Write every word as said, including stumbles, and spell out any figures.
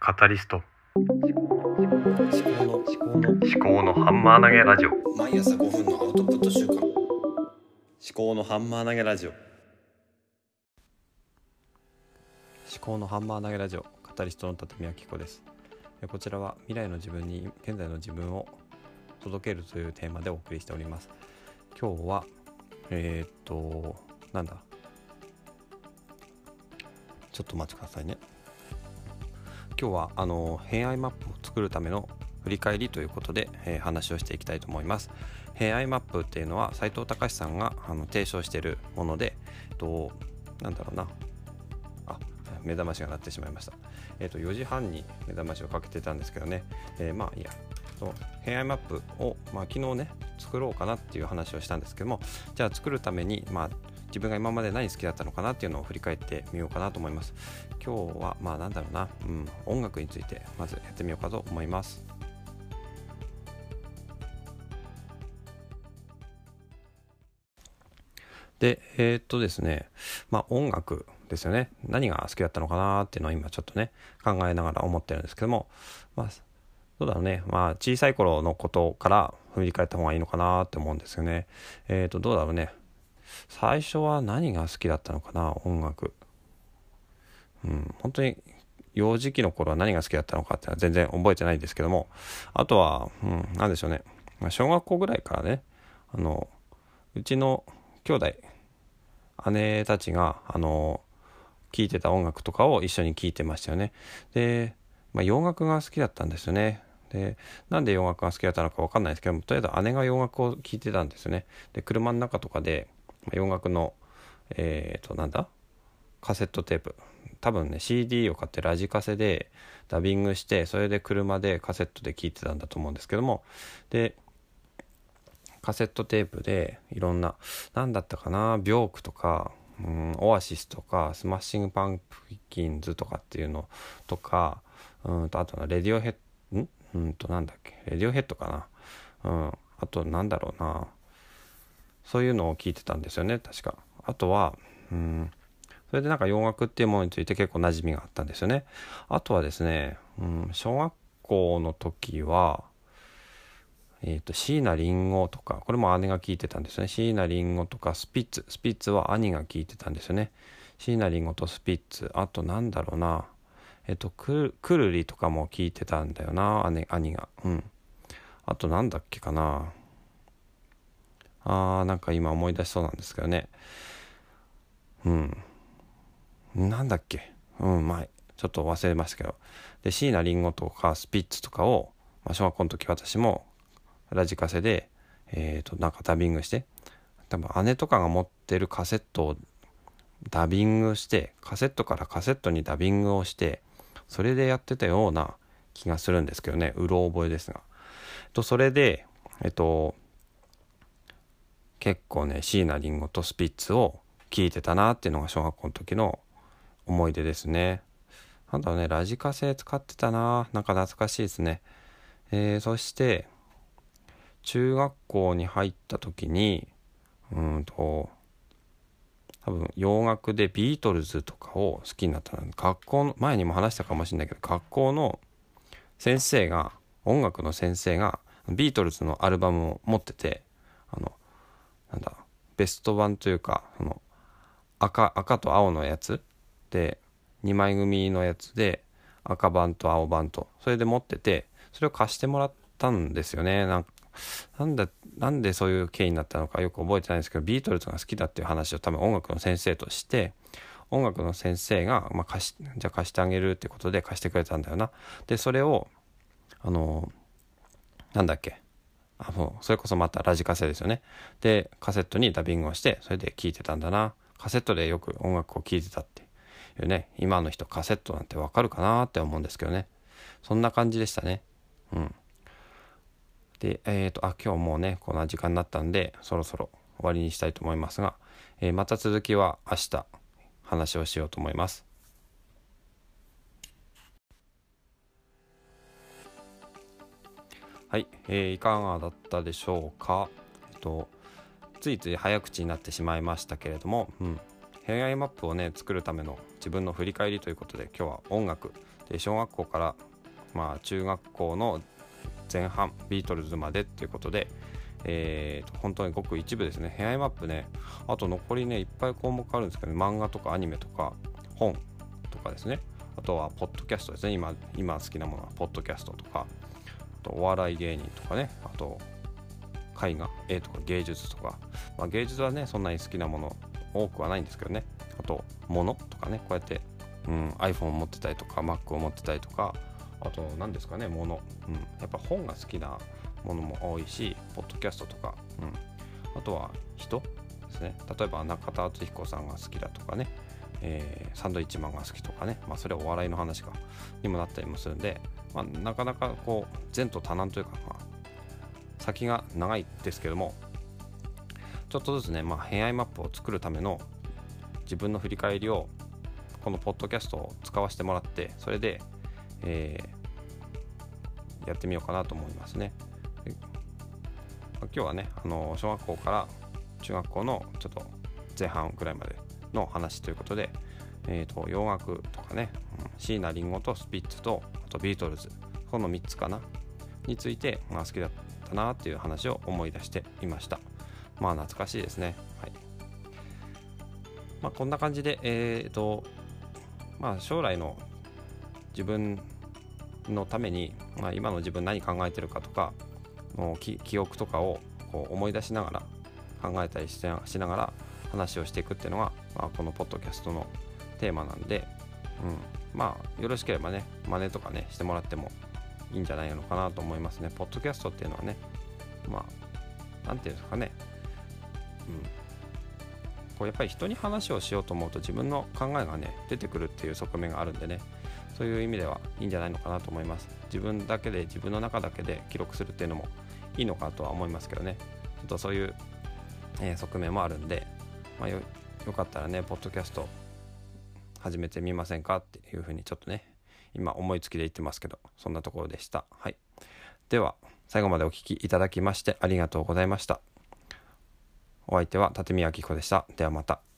カタリスト思考の思考の思考のハンマー投げラジオ。 毎朝ごふんのアウトプット週間、思考のハンマー投げラジオ思考のハンマー投げラジオカタリストの立見明子です。こちらは未来の自分に現在の自分を届けるというテーマでお送りしております。今日はえー、っとなんだちょっとお待ちくださいね。今日はあの偏愛マップを作るための振り返りということで、えー、話をしていきたいと思います。偏愛マップっていうのは斉藤隆さんがあの提唱しているもので、えっと、なんだろうなあ目覚ましが鳴ってしまいました。えっと、よじはんに目覚ましをかけてたんですけどね、えー、まあいいやそう偏愛マップを、まあ、昨日ね作ろうかなっていう話をしたんですけども、じゃあ作るために、まあ、自分が今まで何好きだったのかなっていうのを振り返ってみようかなと思います。今日はまあなんだろうな、うん、音楽についてまずやってみようかと思います。でえー、っとですねまあ音楽ですよね。何が好きだったのかなっていうのを今ちょっとね考えながら思ってるんですけども、まあそうだろうね、まあ小さい頃のことから振り返った方がいいのかなって思うんですよね。えー、っとどうだろうね、最初は何が好きだったのかな、音楽。うん、本当に幼児期の頃は何が好きだったのかってのは全然覚えてないんですけども、あとは、うん、なんでしょうね、小学校ぐらいからね、あのうちの兄弟姉たちがあの聴いてた音楽とかを一緒に聴いてましたよね。で、まあ、洋楽が好きだったんですよね。で、なんで洋楽が好きだったのか分かんないですけども、とりあえず姉が洋楽を聴いてたんですよね。で、車の中とかで洋楽のえーとなんだカセットテープ、多分ね シーディー を買ってラジカセでダビングして、それで車でカセットで聴いてたんだと思うんですけども、でカセットテープでいろんな、なんだったかな、ビョークとか、うん、オアシスとかスマッシングパンプキンズとかっていうのとか、うんとあとはレディオヘッドんうんとなんだっけレディオヘッドかな、うん、あとなんだろうな、そういうのを聞いてたんですよね確か。あとはうんそれでなんか洋楽っていうものについて結構馴染みがあったんですよね。あとはですね、うん、小学校の時はえっと椎名林檎とか、これも姉が聞いてたんですよね。椎名林檎とかスピッツスピッツは兄が聞いてたんですよね。椎名林檎とスピッツ、あとなんだろうな、えっとくるくるりとかも聞いてたんだよな、姉兄が。うんあとなんだっけかな、あーなんか今思い出しそうなんですけどね、うんなんだっけ、うんまあちょっと忘れましたけど、で椎名林檎とかスピッツとかを、まあ、小学校の時私もラジカセでえーとなんかダビングして、多分姉とかが持ってるカセットをダビングして、カセットからカセットにダビングをして、それでやってたような気がするんですけどね、うろ覚えですが、とそれでえっと結構ね椎名林檎とスピッツを聴いてたなっていうのが小学校の時の思い出ですね。なんだろうね、ラジカセ使ってたな、なんか懐かしいですね。えー、そして中学校に入った時にうんと多分洋楽でビートルズとかを好きになったの。学校の前にも話したかもしれないけど、学校の先生が音楽の先生がビートルズのアルバムを持ってて、あのなんだベスト版というか、その赤赤と青のやつでにまい組のやつで赤版と青版とそれで持ってて、それを貸してもらったんですよね。なんかなんだなんでそういう経緯になったのかよく覚えてないんですけど、ビートルズが好きだっていう話を多分音楽の先生として、音楽の先生が、まあ、貸しじゃあ貸してあげるってことで貸してくれたんだよな。でそれをあのなんだっけあもうそれこそまたラジカセですよね。でカセットにダビングをして、それで聴いてたんだな。カセットでよく音楽を聴いてたっていうね。今の人カセットなんてわかるかなって思うんですけどね。そんな感じでしたね。うんでえーとあ今日もうねこんな時間になったんで、そろそろ終わりにしたいと思いますが、えーまた続きは明日話をしようと思います。はい、えーいかがだったでしょうか。えっとついつい早口になってしまいましたけれども、うん、偏愛マップをね作るための自分の振り返りということで、今日は音楽で小学校からまあ中学校の前半ビートルズまでということで、えー、と本当にごく一部ですね。ヘアイマップね、あと残りねいっぱい項目あるんですけど、ね、漫画とかアニメとか本とかですね、あとはポッドキャストですね。今今好きなものはポッドキャストとか、あとお笑い芸人とかね、あと絵画、絵とか芸術とか、まあ、芸術はねそんなに好きなもの多くはないんですけどね、あと物とかね、こうやって、うん、iPhone を持ってたりとか Mac を持ってたりとか、あと何ですかね、物、うん、やっぱ本が好きなものも多いし、ポッドキャストとか、うん、あとは人ですね。例えば中田敦彦さんが好きだとかね、えー、サンドイッチマンが好きとかね、まあ、それはお笑いの話がにもなったりもするんで、まあ、なかなかこう前途多難というか、まあ、先が長いですけども、ちょっとずつね、まあ、偏愛マップを作るための自分の振り返りをこのポッドキャストを使わせてもらって、それで、えー、やってみようかなと思いますね。で今日はね、あの小学校から中学校のちょっと前半ぐらいまでの話ということで、えー、と洋楽とかね、うん、椎名林檎とスピッツとあとビートルズ、このみっつかなについて、まあ、好きだったなっていう話を思い出していました。まあ懐かしいですね。はい。まあこんな感じで、えーとまあ将来の自分のために、まあ、今の自分何考えてるかとかの記憶とかをこう思い出しながら考えたりしながら話をしていくっていうのが、まあ、このポッドキャストのテーマなんで、うん、まあよろしければね真似とかねしてもらってもいいんじゃないのかなと思いますね。ポッドキャストっていうのはね、まあなんていうんですかね、うん、こうやっぱり人に話をしようと思うと自分の考えがね出てくるっていう側面があるんでね、そういう意味ではいいんじゃないのかなと思います。自分だけで自分の中だけで記録するっていうのもいいのかとは思いますけどね、ちょっとそういう、えー、側面もあるんで、まあ、よ, よかったらねポッドキャスト始めてみませんかっていうふうにちょっとね今思いつきで言ってますけど、そんなところでした。はい。では最後までお聞きいただきましてありがとうございました。お相手は立見明子でした。ではまた。